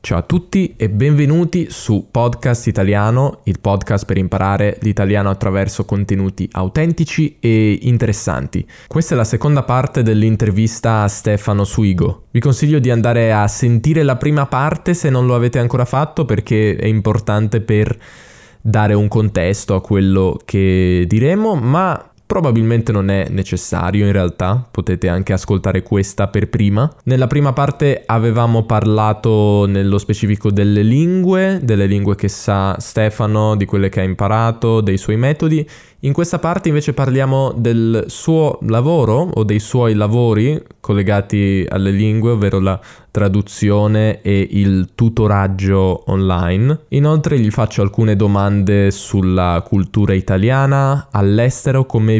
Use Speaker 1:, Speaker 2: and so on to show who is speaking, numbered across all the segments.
Speaker 1: Ciao a tutti e benvenuti su Podcast Italiano, il podcast per imparare l'italiano attraverso contenuti autentici e interessanti. Questa è la seconda parte dell'intervista a Stefano Suigo. Vi consiglio di andare a sentire la prima parte se non lo avete ancora fatto, perché è importante per dare un contesto a quello che diremo, ma probabilmente non è necessario in realtà, potete anche ascoltare questa per prima. Nella prima parte avevamo parlato nello specifico delle lingue che sa Stefano, di quelle che ha imparato, dei suoi metodi. In questa parte invece parliamo del suo lavoro o dei suoi lavori collegati alle lingue, ovvero la traduzione e il tutoraggio online. Inoltre gli faccio alcune domande sulla cultura italiana all'estero, come è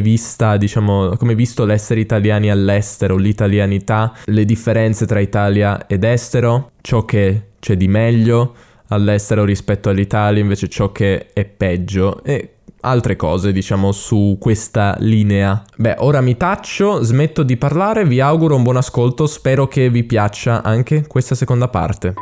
Speaker 1: visto l'essere italiani all'estero, l'italianità, le differenze tra Italia ed estero, ciò che c'è di meglio all'estero rispetto all'Italia, invece ciò che è peggio e altre cose, su questa linea. Beh, ora mi taccio, smetto di parlare, vi auguro un buon ascolto, spero che vi piaccia anche questa seconda parte.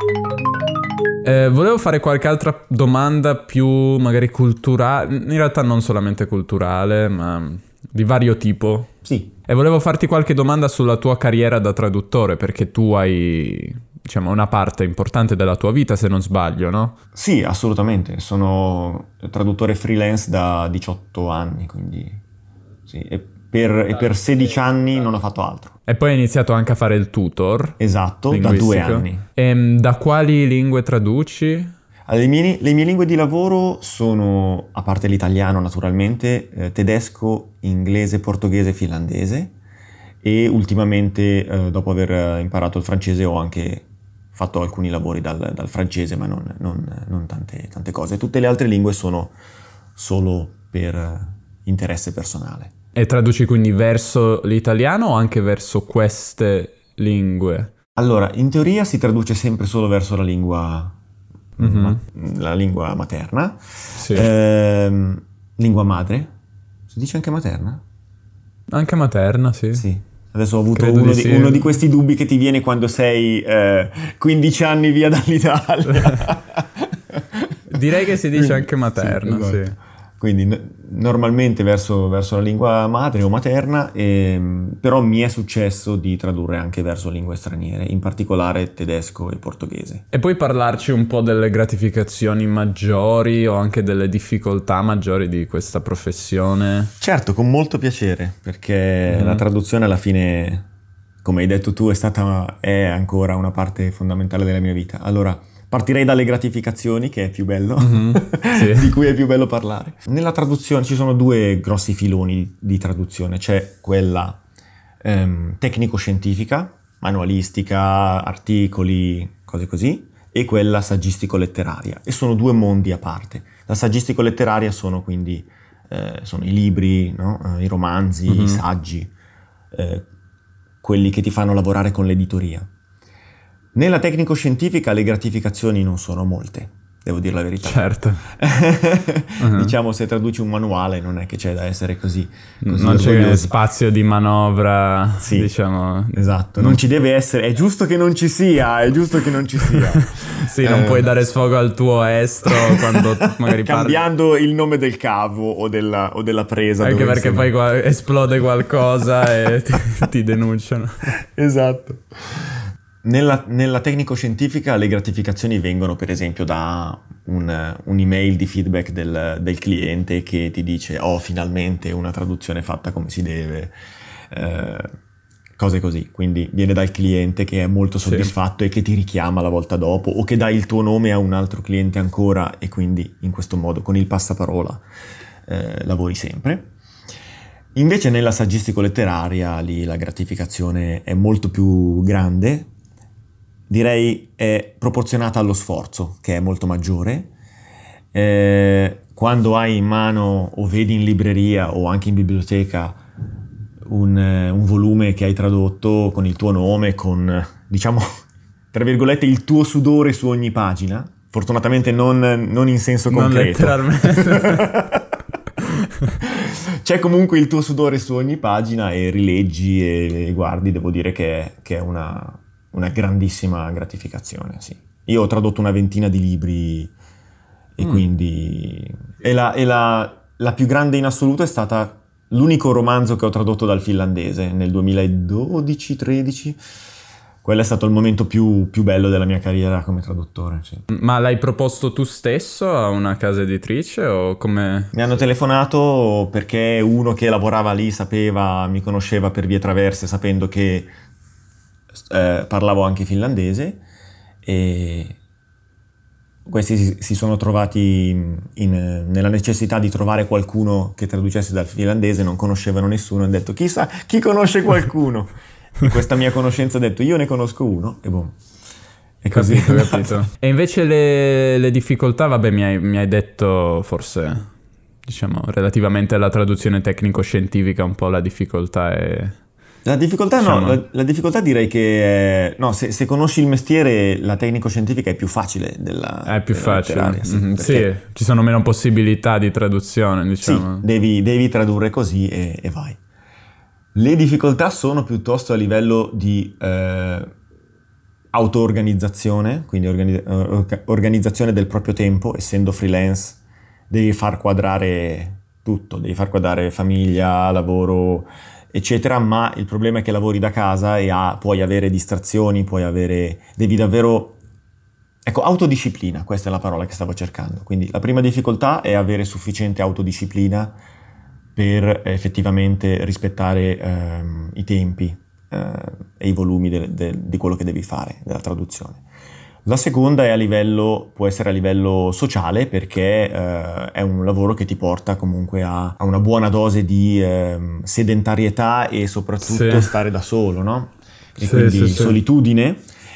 Speaker 1: Volevo fare qualche altra domanda più magari culturale, in realtà non solamente culturale, ma di vario tipo.
Speaker 2: Sì.
Speaker 1: E volevo farti qualche domanda sulla tua carriera da traduttore, perché tu hai una parte importante della tua vita, se non sbaglio, no?
Speaker 2: Sì, assolutamente. Sono traduttore freelance da 18 anni, quindi sì. E per 16 anni non ho fatto altro.
Speaker 1: E poi hai iniziato anche a fare il tutor.
Speaker 2: Esatto,
Speaker 1: linguistico.
Speaker 2: Da 2 anni.
Speaker 1: E da quali lingue traduci?
Speaker 2: Le mie lingue di lavoro sono, a parte l'italiano naturalmente, tedesco, inglese, portoghese, finlandese, e ultimamente, dopo aver imparato il francese, ho anche fatto alcuni lavori dal francese, ma non tante cose. Tutte le altre lingue sono solo per interesse personale.
Speaker 1: E traduci quindi verso l'italiano o anche verso queste lingue?
Speaker 2: Allora, in teoria si traduce sempre solo verso la lingua, la lingua materna.
Speaker 1: Sì.
Speaker 2: Lingua madre? Si dice anche materna?
Speaker 1: Anche materna, sì.
Speaker 2: Sì. Adesso ho avuto uno di questi dubbi che ti viene quando sei 15 anni via dall'Italia.
Speaker 1: Direi che si dice anche materna, sì.
Speaker 2: Esatto. Quindi normalmente verso la lingua madre o materna, però mi è successo di tradurre anche verso lingue straniere, in particolare tedesco e portoghese.
Speaker 1: E puoi parlarci un po' delle gratificazioni maggiori o anche delle difficoltà maggiori di questa professione?
Speaker 2: Certo, con molto piacere, perché la traduzione alla fine, come hai detto tu, è ancora una parte fondamentale della mia vita. Allora, partirei dalle gratificazioni, che è più bello, sì. Di cui è più bello parlare. Nella traduzione ci sono 2 grossi filoni di traduzione. C'è quella tecnico-scientifica, manualistica, articoli, cose così, e quella saggistico-letteraria. E sono 2 mondi a parte. La saggistico-letteraria sono quindi sono i libri, no? I romanzi, i saggi, quelli che ti fanno lavorare con l'editoria. Nella tecnico-scientifica le gratificazioni non sono molte, devo dire la verità.
Speaker 1: Certo.
Speaker 2: Diciamo, se traduci un manuale non è che c'è da essere così
Speaker 1: non c'è spazio di manovra,
Speaker 2: sì,
Speaker 1: diciamo.
Speaker 2: Esatto, non ci deve essere, è giusto che non ci sia.
Speaker 1: Sì, non puoi dare sfogo al tuo estro quando magari
Speaker 2: cambiando il nome del cavo o della presa.
Speaker 1: Anche perché poi esplode qualcosa e ti denunciano.
Speaker 2: Esatto. Nella tecnico-scientifica le gratificazioni vengono per esempio da un'email di feedback del cliente che ti dice finalmente una traduzione fatta come si deve, cose così. Quindi viene dal cliente che è molto soddisfatto, sì, e che ti richiama la volta dopo, o che dai il tuo nome a un altro cliente ancora, e quindi in questo modo con il passaparola lavori sempre. Invece nella saggistico-letteraria lì la gratificazione è molto più grande. Direi è proporzionata allo sforzo, che è molto maggiore. Quando hai in mano o vedi in libreria o anche in biblioteca un volume che hai tradotto con il tuo nome, con, diciamo, tra virgolette, il tuo sudore su ogni pagina, fortunatamente non in senso concreto.
Speaker 1: Non letteralmente.
Speaker 2: C'è comunque il tuo sudore su ogni pagina e rileggi e guardi, devo dire che è una grandissima gratificazione, sì. Io ho tradotto una ventina di libri e quindi... la più grande in assoluto è stata l'unico romanzo che ho tradotto dal finlandese nel 2012-13. Quello è stato il momento più bello della mia carriera come traduttore. Sì.
Speaker 3: Ma l'hai proposto tu stesso a una casa editrice o come?
Speaker 2: Mi hanno telefonato perché uno che lavorava lì mi conosceva per vie traverse, sapendo che parlavo anche finlandese, e questi si sono trovati nella necessità di trovare qualcuno che traducesse dal finlandese, non conoscevano nessuno, e hanno detto chissà chi conosce qualcuno. E questa mia conoscenza ha detto io ne conosco uno e boh. E così
Speaker 3: capito. E invece le difficoltà, vabbè, mi hai detto forse, diciamo, relativamente alla traduzione tecnico-scientifica un po' la difficoltà è...
Speaker 2: La difficoltà
Speaker 3: diciamo...
Speaker 2: no, la difficoltà direi che no, se conosci il mestiere la tecnico-scientifica è più facile
Speaker 3: è più facile,
Speaker 2: letteraria, sì,
Speaker 3: sì, ci sono meno possibilità di traduzione, diciamo.
Speaker 2: Sì, devi tradurre così e vai. Le difficoltà sono piuttosto a livello di auto-organizzazione, quindi organizzazione del proprio tempo. Essendo freelance devi far quadrare tutto, devi far quadrare famiglia, lavoro, eccetera, ma il problema è che lavori da casa e puoi avere distrazioni, devi davvero... Ecco, autodisciplina, questa è la parola che stavo cercando. Quindi la prima difficoltà è avere sufficiente autodisciplina per effettivamente rispettare i tempi e i volumi di quello che devi fare, della traduzione. La seconda può essere a livello sociale, perché è un lavoro che ti porta comunque a una buona dose di sedentarietà e soprattutto stare da solo, no? E quindi solitudine,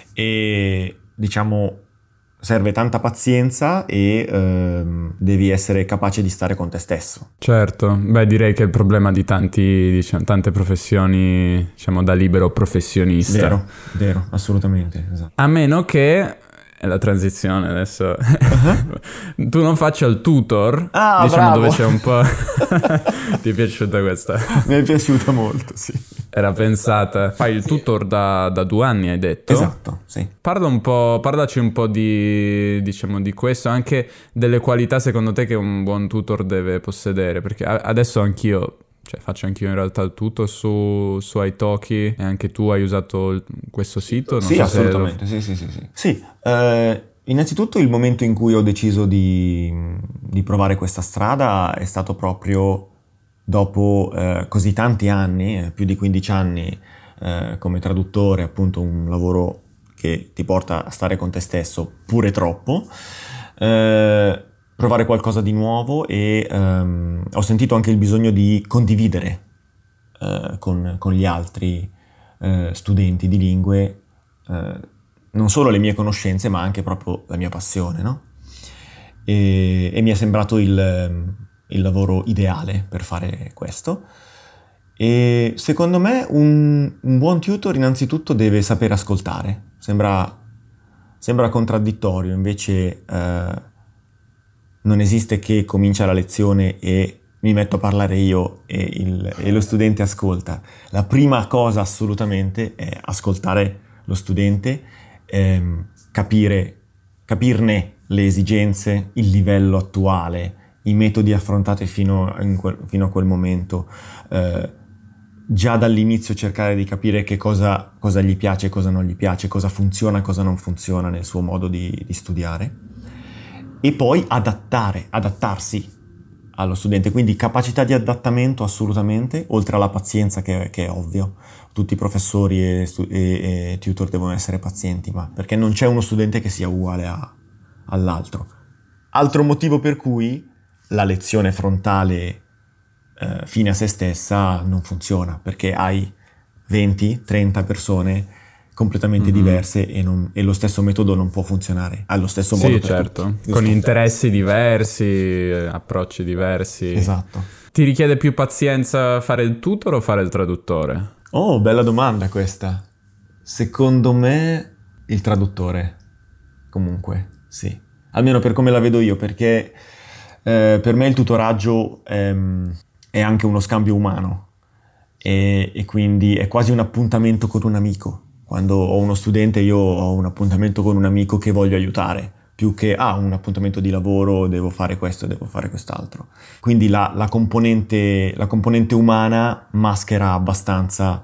Speaker 2: e diciamo serve tanta pazienza e devi essere capace di stare con te stesso.
Speaker 3: Certo, beh, direi che è il problema di tante professioni, diciamo, da libero professionista.
Speaker 2: Vero, assolutamente, esatto.
Speaker 3: A meno che, è la transizione adesso, tu non faccia il tutor, diciamo,
Speaker 2: bravo.
Speaker 3: dove c'è un po'... Ti è piaciuta questa?
Speaker 2: Mi è piaciuta molto, sì.
Speaker 3: Era pensata. Fai il tutor da 2 anni, hai detto?
Speaker 2: Esatto, sì.
Speaker 3: Parlaci un po' di, diciamo, di questo, anche delle qualità secondo te che un buon tutor deve possedere, perché adesso anch'io, cioè faccio anch'io in realtà il tutor su Italki, e anche tu hai usato questo sito?
Speaker 2: Sì, assolutamente, sì. Sì, innanzitutto il momento in cui ho deciso di provare questa strada è stato proprio dopo così tanti anni, più di 15 anni come traduttore, appunto un lavoro che ti porta a stare con te stesso pure troppo, provare qualcosa di nuovo, e ho sentito anche il bisogno di condividere con gli altri studenti di lingue non solo le mie conoscenze ma anche proprio la mia passione, no? E mi è sembrato il lavoro ideale per fare questo. E secondo me un buon tutor innanzitutto deve sapere ascoltare. Sembra contraddittorio, invece non esiste che comincia la lezione e mi metto a parlare io e lo studente ascolta. La prima cosa assolutamente è ascoltare lo studente, capirne le esigenze, il livello attuale, i metodi affrontati fino a quel momento, già dall'inizio cercare di capire che cosa gli piace e cosa non gli piace, cosa funziona e cosa non funziona nel suo modo di studiare, e poi adattarsi allo studente, quindi capacità di adattamento assolutamente, oltre alla pazienza che è ovvio. Tutti i professori e tutor devono essere pazienti, ma perché non c'è uno studente che sia uguale all'altro. Altro motivo per cui la lezione frontale fine a se stessa non funziona, perché hai 20-30 persone completamente diverse e lo stesso metodo non può funzionare allo stesso modo per
Speaker 3: certo,
Speaker 2: tutti,
Speaker 3: con interessi diversi, approcci diversi.
Speaker 2: Esatto.
Speaker 3: Ti richiede più pazienza fare il tutor o fare il traduttore?
Speaker 2: Oh, bella domanda questa. Secondo me il traduttore, comunque, sì. Almeno per come la vedo io, perché per me il tutoraggio è anche uno scambio umano, e quindi è quasi un appuntamento con un amico, Quando ho uno studente io ho un appuntamento con un amico che voglio aiutare, più che un appuntamento di lavoro, devo fare questo, devo fare quest'altro. Quindi la componente umana maschera abbastanza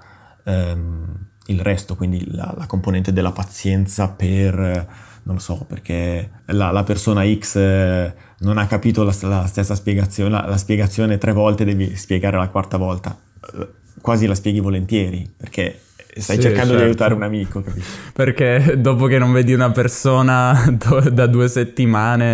Speaker 2: il resto, quindi la componente della pazienza per, non lo so, perché la persona X non ha capito la stessa spiegazione, la spiegazione 3 volte, devi spiegare la 4ª volta. Quasi la spieghi volentieri, perché stai cercando di aiutare un amico, capisci?
Speaker 3: Perché dopo che non vedi una persona da 2 settimane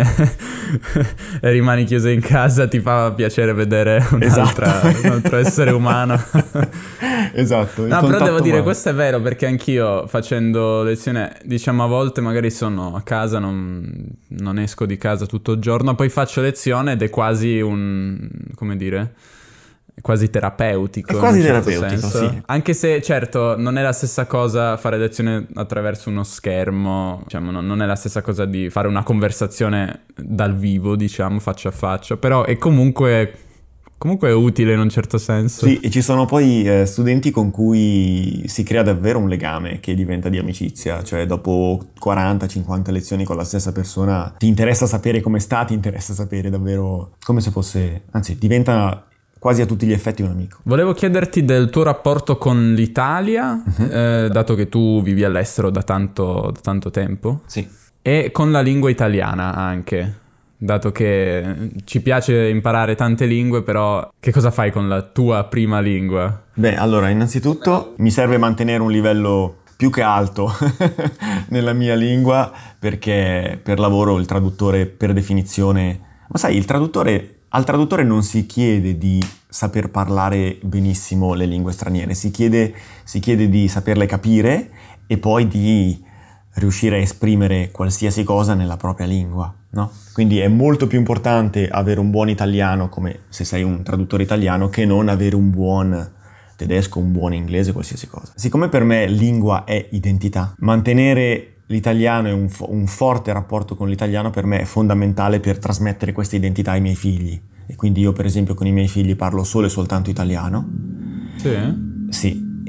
Speaker 3: e rimani chiuso in casa, ti fa piacere vedere un altro essere umano.
Speaker 2: Esatto.
Speaker 3: No, però devo dire, questo è vero, perché anch'io facendo lezione, diciamo, a volte magari sono a casa, non esco di casa tutto il giorno, poi faccio lezione ed è quasi come dire... quasi terapeutico.
Speaker 2: È quasi
Speaker 3: in un certo
Speaker 2: terapeutico,
Speaker 3: senso.
Speaker 2: sì.
Speaker 3: Anche se, certo, non è la stessa cosa fare lezione attraverso uno schermo, diciamo, non è la stessa cosa di fare una conversazione dal vivo, diciamo, faccia a faccia, però è comunque è utile in un certo senso.
Speaker 2: Sì, e ci sono poi studenti con cui si crea davvero un legame che diventa di amicizia, cioè dopo 40-50 lezioni con la stessa persona ti interessa sapere come sta, ti interessa sapere davvero come se fosse, anzi, diventa quasi a tutti gli effetti un amico.
Speaker 3: Volevo chiederti del tuo rapporto con l'Italia, dato che tu vivi all'estero da tanto tempo.
Speaker 2: Sì.
Speaker 3: E con la lingua italiana anche, dato che ci piace imparare tante lingue, però che cosa fai con la tua prima lingua?
Speaker 2: Beh, allora, innanzitutto mi serve mantenere un livello più che alto nella mia lingua, perché per lavoro il traduttore per definizione... Ma sai, al traduttore non si chiede di saper parlare benissimo le lingue straniere, si chiede di saperle capire e poi di riuscire a esprimere qualsiasi cosa nella propria lingua, no? Quindi è molto più importante avere un buon italiano, come se sei un traduttore italiano, che non avere un buon tedesco, un buon inglese, qualsiasi cosa. Siccome per me lingua è identità, mantenere l'italiano e un forte rapporto con l'italiano per me è fondamentale per trasmettere questa identità ai miei figli. E quindi io, per esempio, con i miei figli parlo solo e soltanto italiano.
Speaker 3: Sì?
Speaker 2: Sì,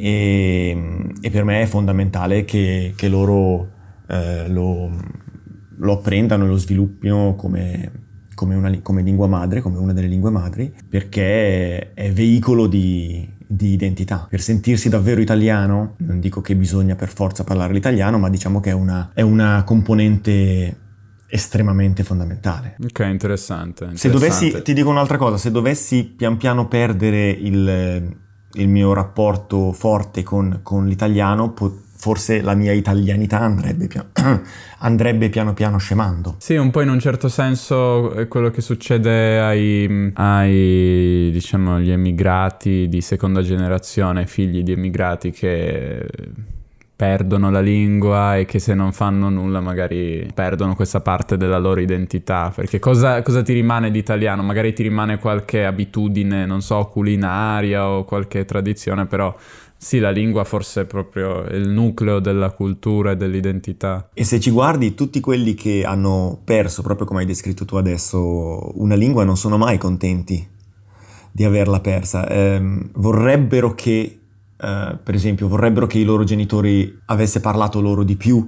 Speaker 2: e per me è fondamentale che loro lo apprendano e lo sviluppino come lingua madre, come una delle lingue madri, perché è veicolo di identità. Per sentirsi davvero italiano, non dico che bisogna per forza parlare l'italiano, ma diciamo che è una componente estremamente fondamentale.
Speaker 3: Ok, interessante.
Speaker 2: Se dovessi, ti dico un'altra cosa, se dovessi pian piano perdere il mio rapporto forte con l'italiano, forse la mia italianità andrebbe piano piano scemando.
Speaker 3: Sì, un po' in un certo senso è quello che succede ai diciamo, gli emigrati di seconda generazione, figli di emigrati che perdono la lingua e che se non fanno nulla magari perdono questa parte della loro identità, perché cosa ti rimane di italiano? Magari ti rimane qualche abitudine, non so, culinaria o qualche tradizione, però sì, la lingua forse è proprio il nucleo della cultura e dell'identità.
Speaker 2: E se ci guardi, tutti quelli che hanno perso, proprio come hai descritto tu adesso, una lingua non sono mai contenti di averla persa. Vorrebbero che, per esempio, i loro genitori avesse parlato loro di più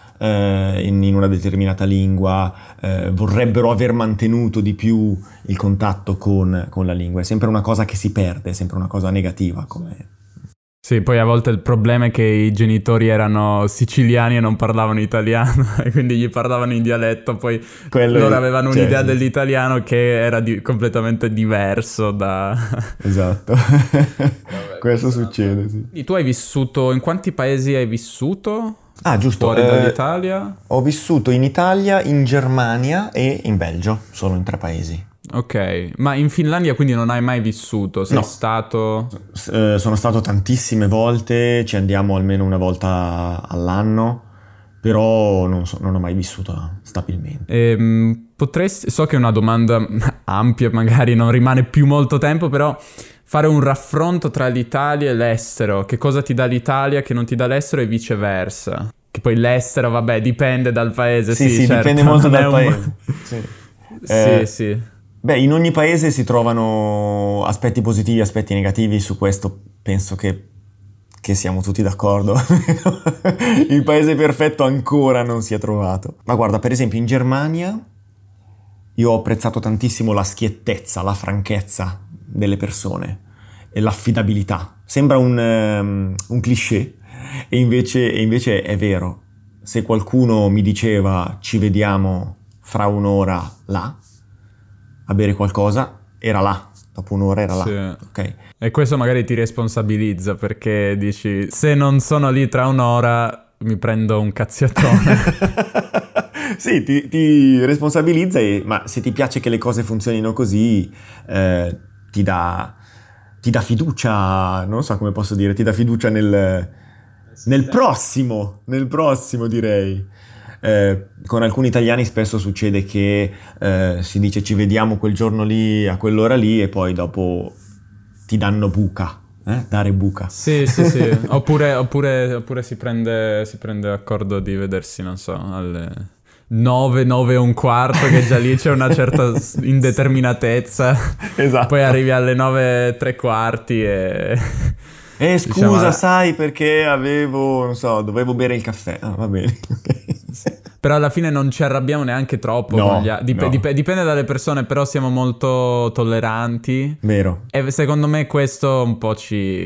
Speaker 2: in una determinata lingua, vorrebbero aver mantenuto di più il contatto con la lingua. È sempre una cosa che si perde, è sempre una cosa negativa, come...
Speaker 3: Sì, poi a volte il problema è che i genitori erano siciliani e non parlavano italiano e quindi gli parlavano in dialetto, poi loro avevano un'idea dell'italiano che era completamente diverso da...
Speaker 2: Esatto, questo succede, sì.
Speaker 3: E tu hai vissuto, in quanti paesi hai vissuto?
Speaker 2: Ah, giusto.
Speaker 3: Fuori dall'Italia?
Speaker 2: Ho vissuto in Italia, in Germania e in Belgio, solo in 3 paesi.
Speaker 3: Ok, ma in Finlandia quindi non hai mai vissuto? Sei stato?
Speaker 2: Sono stato tantissime volte, ci andiamo almeno una volta all'anno, però non ho mai vissuto stabilmente.
Speaker 3: So che è una domanda ampia, magari non rimane più molto tempo, però fare un raffronto tra l'Italia e l'estero, che cosa ti dà l'Italia che non ti dà l'estero e viceversa? Che poi l'estero, vabbè, dipende dal paese. Sì, certo,
Speaker 2: dipende molto dal paese.
Speaker 3: Sì. Sì.
Speaker 2: Beh, in ogni paese si trovano aspetti positivi, aspetti negativi, su questo penso che che siamo tutti d'accordo, il paese perfetto ancora non si è trovato. Ma guarda, per esempio in Germania io ho apprezzato tantissimo la schiettezza, la franchezza delle persone e l'affidabilità. Sembra un cliché, e invece è vero. Se qualcuno mi diceva ci vediamo fra un'ora là, a bere qualcosa, era là. Dopo un'ora era là.
Speaker 3: Sì.
Speaker 2: Okay.
Speaker 3: E questo magari ti responsabilizza, perché dici, se non sono lì tra un'ora mi prendo un cazziatone.
Speaker 2: Sì, ti responsabilizza, ma se ti piace che le cose funzionino così, ti dà fiducia, non so come posso dire, ti dà fiducia nel prossimo direi. Con alcuni italiani spesso succede che si dice ci vediamo quel giorno lì a quell'ora lì e poi dopo ti danno buca, dare buca.
Speaker 3: Sì. oppure si prende accordo di vedersi, non so, alle 9 e un quarto, che già lì c'è una certa indeterminatezza.
Speaker 2: Esatto.
Speaker 3: Poi arrivi alle 9 e tre quarti e...
Speaker 2: scusa,
Speaker 3: diciamo,
Speaker 2: sai, perché dovevo bere il caffè. Ah, va bene.
Speaker 3: Però alla fine non ci arrabbiamo neanche troppo.
Speaker 2: No,
Speaker 3: no. Dipende dalle persone, però siamo molto tolleranti.
Speaker 2: Vero.
Speaker 3: E secondo me questo un po'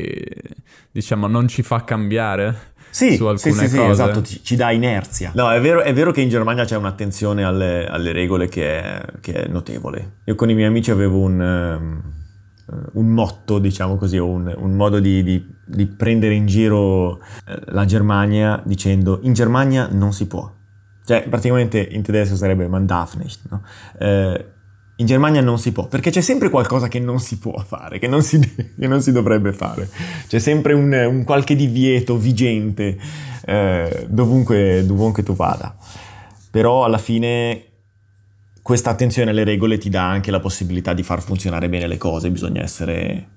Speaker 3: non ci fa cambiare su alcune cose.
Speaker 2: Sì, esatto, ci dà inerzia. No, è vero che in Germania c'è un'attenzione alle regole che è notevole. Io con i miei amici avevo un motto, diciamo così, o un modo di prendere in giro la Germania dicendo in Germania non si può. Cioè, praticamente in tedesco sarebbe man darf nicht, no? In Germania non si può, perché c'è sempre qualcosa che non si può fare, che non si dovrebbe fare. C'è sempre un qualche divieto vigente dovunque tu vada. Però alla fine questa attenzione alle regole ti dà anche la possibilità di far funzionare bene le cose. Bisogna essere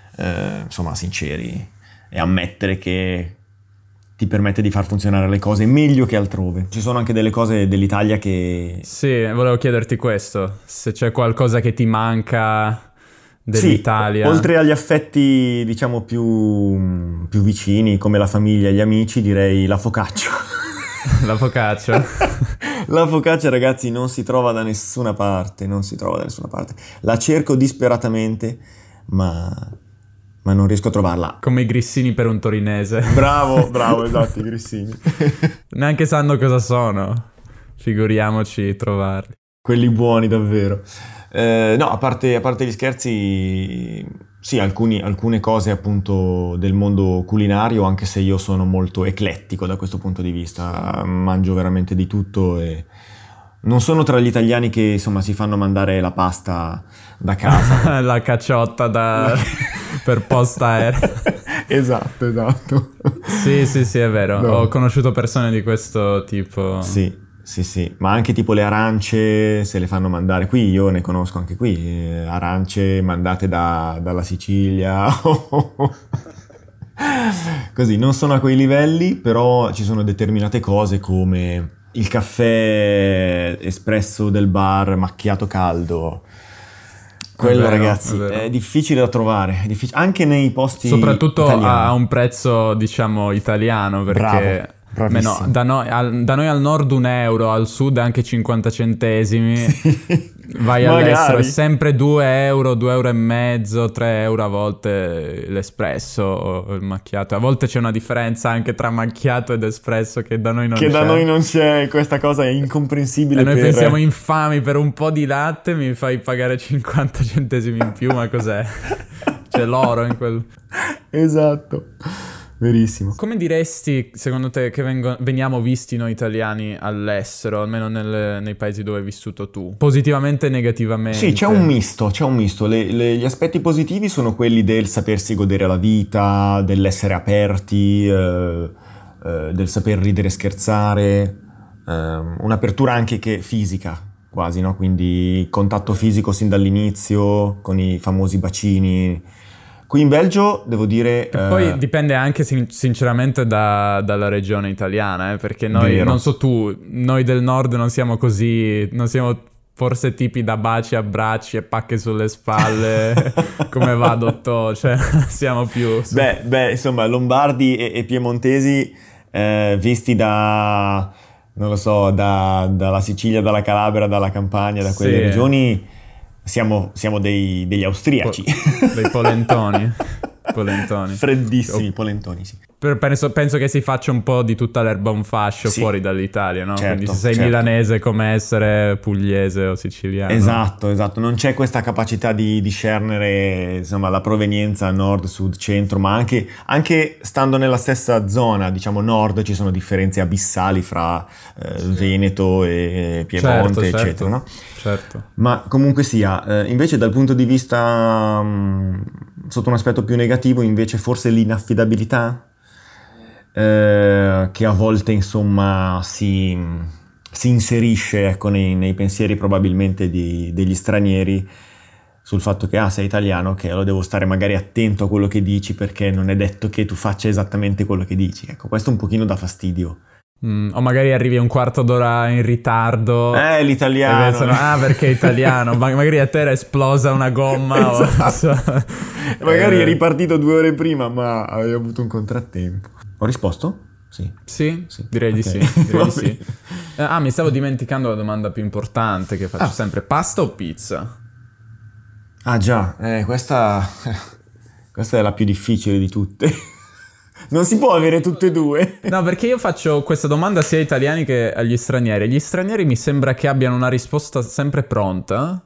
Speaker 2: sinceri e ammettere che ti permette di far funzionare le cose meglio che altrove. Ci sono anche delle cose dell'Italia che...
Speaker 3: Sì, volevo chiederti questo, se c'è qualcosa che ti manca dell'Italia.
Speaker 2: Sì, oltre agli affetti, diciamo, più vicini, come la famiglia e gli amici, direi la focaccia.
Speaker 3: La focaccia.
Speaker 2: La focaccia, ragazzi, non si trova da nessuna parte, La cerco disperatamente, ma non riesco a trovarla.
Speaker 3: Come i grissini per un torinese.
Speaker 2: Bravo, esatto, i grissini.
Speaker 3: Neanche sanno cosa sono, figuriamoci trovarli.
Speaker 2: Quelli buoni, davvero. No, a parte gli scherzi, sì, alcune cose appunto del mondo culinario, anche se io sono molto eclettico da questo punto di vista, mangio veramente di tutto e non sono tra gli italiani che insomma si fanno mandare la pasta da casa.
Speaker 3: La cacciotta per posta aerea.
Speaker 2: Esatto.
Speaker 3: Sì, è vero.
Speaker 2: No.
Speaker 3: Ho conosciuto persone di questo tipo.
Speaker 2: Sì, ma anche tipo le arance se le fanno mandare qui, io ne conosco anche qui, arance mandate dalla Sicilia. Così, non sono a quei livelli, però ci sono determinate cose come il caffè espresso del bar macchiato caldo. Quello, ragazzi, è difficile da trovare, anche nei posti
Speaker 3: soprattutto
Speaker 2: italiani.
Speaker 3: A un prezzo, diciamo, italiano, perché
Speaker 2: bravissimo.
Speaker 3: Da noi al nord €1, al sud anche 50 centesimi.
Speaker 2: Sì.
Speaker 3: Vai all'estero è sempre €2, €2,50, €3 a volte l'espresso o il macchiato. A volte c'è una differenza anche tra macchiato ed espresso che da noi non c'è.
Speaker 2: Da noi non c'è, questa cosa è incomprensibile.
Speaker 3: E noi pensiamo infami, per un po' di latte mi fai pagare 50 centesimi in più, ma cos'è? C'è l'oro in quel...
Speaker 2: Esatto. Verissimo.
Speaker 3: Come diresti, secondo te, che veniamo visti noi italiani all'estero, almeno nei paesi dove hai vissuto tu? Positivamente e negativamente?
Speaker 2: Sì, c'è un misto. Gli aspetti positivi sono quelli del sapersi godere la vita, dell'essere aperti, del saper ridere e scherzare, un'apertura anche fisica, quasi, no? Quindi contatto fisico sin dall'inizio, con i famosi bacini. Qui in Belgio, devo dire...
Speaker 3: Poi dipende anche sinceramente dalla regione italiana, perché noi,
Speaker 2: vero.
Speaker 3: non so tu, noi del nord non siamo così, non siamo forse tipi da baci, abbracci e pacche sulle spalle. Come va, dottore? Cioè, siamo più...
Speaker 2: Beh, insomma, lombardi e piemontesi visti da, non lo so, dalla Sicilia, dalla Calabria, dalla Campania, da quelle regioni, siamo degli austriaci.
Speaker 3: Dei polentoni. Polentoni.
Speaker 2: Freddissimi, polentoni, sì.
Speaker 3: Penso che si faccia un po' di tutta l'erba un fascio fuori dall'Italia, no?
Speaker 2: Certo,
Speaker 3: quindi se sei milanese, come essere pugliese o siciliano.
Speaker 2: Esatto, non c'è questa capacità di discernere, insomma, la provenienza nord, sud, centro, ma anche stando nella stessa zona, diciamo nord, ci sono differenze abissali fra Veneto e Piemonte, eccetera, no?
Speaker 3: Certo.
Speaker 2: Ma comunque sia, invece dal punto di vista sotto un aspetto più negativo, invece forse l'inaffidabilità, che a volte insomma si inserisce, ecco, nei pensieri probabilmente degli stranieri, sul fatto che sei italiano, che allora devo stare magari attento a quello che dici perché non è detto che tu faccia esattamente quello che dici. Ecco, questo un pochino dà fastidio.
Speaker 3: O magari arrivi un quarto d'ora in ritardo.
Speaker 2: L'italiano.
Speaker 3: Perché è italiano. Magari a te era esplosa una gomma.
Speaker 2: Esatto. Magari è ripartito 2 ore prima, ma avevi avuto un contrattempo. Ho risposto? Sì,
Speaker 3: direi di sì. Mi stavo dimenticando la domanda più importante che faccio sempre. Pasta o pizza?
Speaker 2: Ah già, questa è la più difficile di tutte. Non si può avere tutte e due.
Speaker 3: No, perché io faccio questa domanda sia agli italiani che agli stranieri. Gli stranieri mi sembra che abbiano una risposta sempre pronta,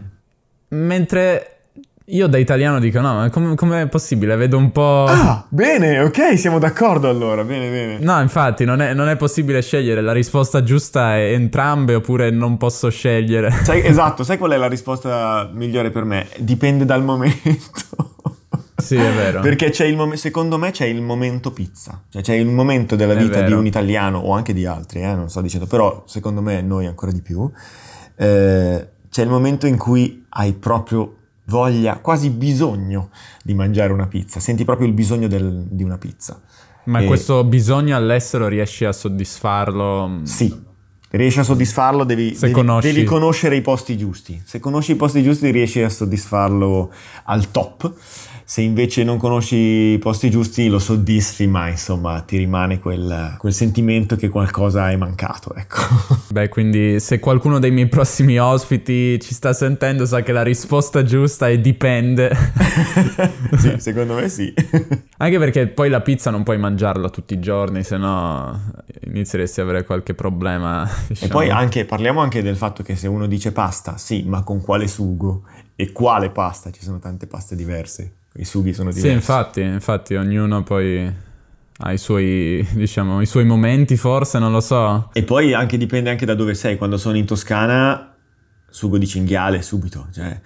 Speaker 3: mentre io da italiano dico no, ma com'è possibile? Vedo un po'...
Speaker 2: Ah, bene, ok, siamo d'accordo allora, bene.
Speaker 3: No, infatti non è possibile scegliere, la risposta giusta è entrambe oppure non posso scegliere.
Speaker 2: Sai qual è la risposta migliore per me? Dipende dal momento.
Speaker 3: Sì, è vero.
Speaker 2: Perché secondo me c'è il momento pizza. Cioè c'è il momento della vita di un italiano o anche di altri, non sto dicendo, però secondo me noi ancora di più. C'è il momento in cui hai proprio voglia, quasi bisogno di mangiare una pizza. Senti proprio il bisogno di una pizza.
Speaker 3: Ma questo bisogno all'estero riesci a soddisfarlo?
Speaker 2: Sì. Riesci a soddisfarlo, devi conoscere i posti giusti. Se conosci i posti giusti riesci a soddisfarlo al top. Se invece non conosci i posti giusti lo soddisfi, ma insomma ti rimane quel sentimento che qualcosa è mancato, ecco.
Speaker 3: Beh, quindi se qualcuno dei miei prossimi ospiti ci sta sentendo sa che la risposta giusta è dipende.
Speaker 2: Sì, secondo me sì.
Speaker 3: Anche perché poi la pizza non puoi mangiarla tutti i giorni, se no inizieresti ad avere qualche problema. Diciamo.
Speaker 2: E poi parliamo anche del fatto che se uno dice pasta, sì, ma con quale sugo? E quale pasta? Ci sono tante paste diverse. I sughi sono diversi.
Speaker 3: Sì, infatti ognuno poi ha i suoi momenti, forse, non lo so.
Speaker 2: E poi dipende anche da dove sei. Quando sono in Toscana, sugo di cinghiale subito, cioè.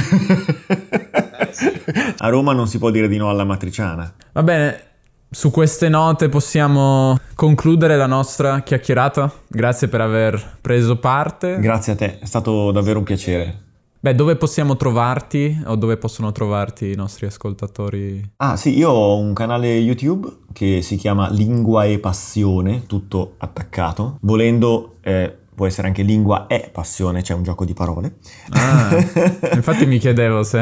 Speaker 2: A Roma non si può dire di no alla matriciana.
Speaker 3: Va bene, su queste note possiamo concludere la nostra chiacchierata. Grazie per aver preso parte.
Speaker 2: Grazie a te, è stato davvero un piacere.
Speaker 3: Beh, dove possiamo trovarti o dove possono trovarti i nostri ascoltatori?
Speaker 2: Ah sì, io ho un canale YouTube che si chiama Lingua e Passione, tutto attaccato. Volendo può essere anche Lingua e Passione, c'è un gioco di parole.
Speaker 3: Infatti mi chiedevo se...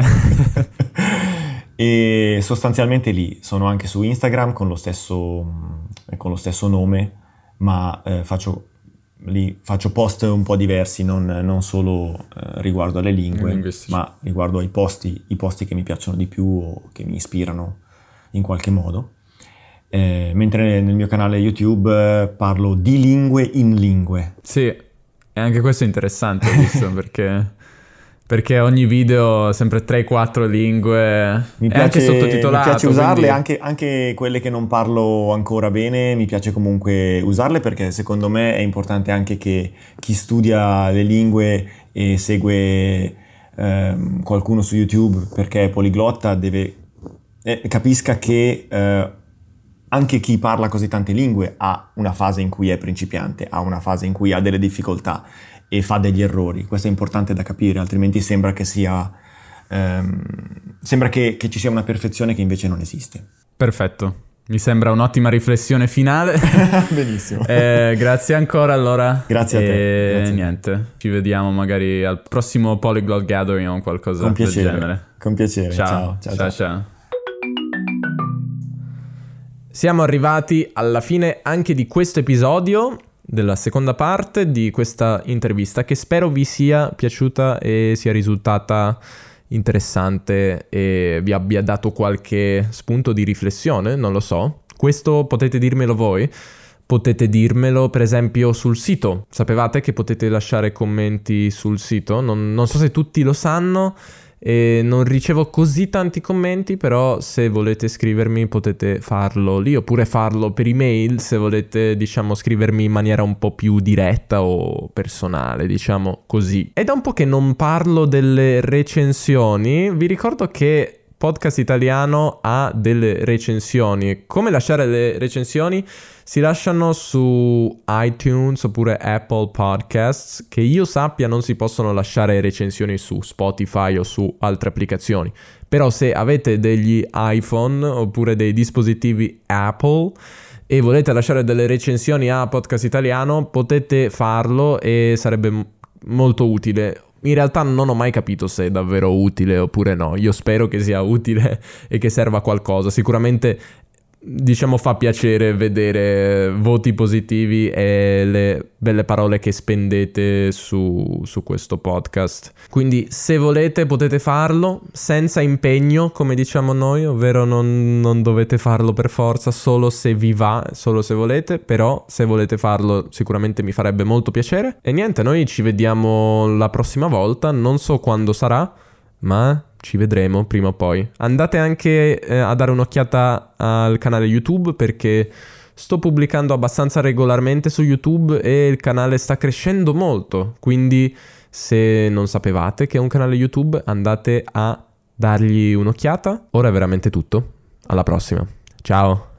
Speaker 2: E sostanzialmente lì, sono anche su Instagram con lo stesso nome, ma faccio post un po' diversi, non solo riguardo alle lingue, ma riguardo ai posti, i posti che mi piacciono di più o che mi ispirano in qualche modo. Mentre nel mio canale YouTube parlo di lingue in lingue.
Speaker 3: Sì, e anche questo è interessante, ho visto, perché ogni video sempre 3-4 lingue,
Speaker 2: mi piace,
Speaker 3: anche sottotitolato.
Speaker 2: Mi piace usarle,
Speaker 3: quindi...
Speaker 2: anche quelle che non parlo ancora bene, mi piace comunque usarle perché secondo me è importante anche che chi studia le lingue e segue qualcuno su YouTube perché è poliglotta capisca che anche chi parla così tante lingue ha una fase in cui è principiante, ha una fase in cui ha delle difficoltà e fa degli errori. Questo è importante da capire, altrimenti sembra che ci sia una perfezione che invece non esiste.
Speaker 3: Perfetto. Mi sembra un'ottima riflessione finale.
Speaker 2: Benissimo.
Speaker 3: Grazie ancora allora.
Speaker 2: Grazie a te. Grazie.
Speaker 3: Niente, ci vediamo magari al prossimo Polyglot Gathering o qualcosa del genere.
Speaker 2: Con piacere.
Speaker 3: Ciao.
Speaker 2: Ciao.
Speaker 1: Siamo arrivati alla fine anche di questo episodio, della seconda parte di questa intervista, che spero vi sia piaciuta e sia risultata interessante e vi abbia dato qualche spunto di riflessione, non lo so. Questo potete dirmelo voi, potete dirmelo per esempio sul sito. Sapevate che potete lasciare commenti sul sito? Non so se tutti lo sanno e non ricevo così tanti commenti, però se volete scrivermi potete farlo lì, oppure farlo per email se volete, diciamo, scrivermi in maniera un po' più diretta o personale, diciamo così. È da un po' che non parlo delle recensioni. Vi ricordo che Podcast Italiano ha delle recensioni. Come lasciare le recensioni? Si lasciano su iTunes oppure Apple Podcasts. Che io sappia non si possono lasciare recensioni su Spotify o su altre applicazioni. Però se avete degli iPhone oppure dei dispositivi Apple e volete lasciare delle recensioni a Podcast Italiano, potete farlo e sarebbe molto utile. In realtà non ho mai capito se è davvero utile oppure no. Io spero che sia utile e che serva a qualcosa. Sicuramente, diciamo, fa piacere vedere voti positivi e le belle parole che spendete su questo podcast. Quindi se volete potete farlo senza impegno, come diciamo noi, ovvero non dovete farlo per forza, solo se vi va, solo se volete. Però se volete farlo sicuramente mi farebbe molto piacere. E niente, noi ci vediamo la prossima volta, non so quando sarà, ma ci vedremo prima o poi. Andate anche a dare un'occhiata al canale YouTube, perché sto pubblicando abbastanza regolarmente su YouTube e il canale sta crescendo molto. Quindi se non sapevate che è un canale YouTube, andate a dargli un'occhiata. Ora è veramente tutto. Alla prossima. Ciao.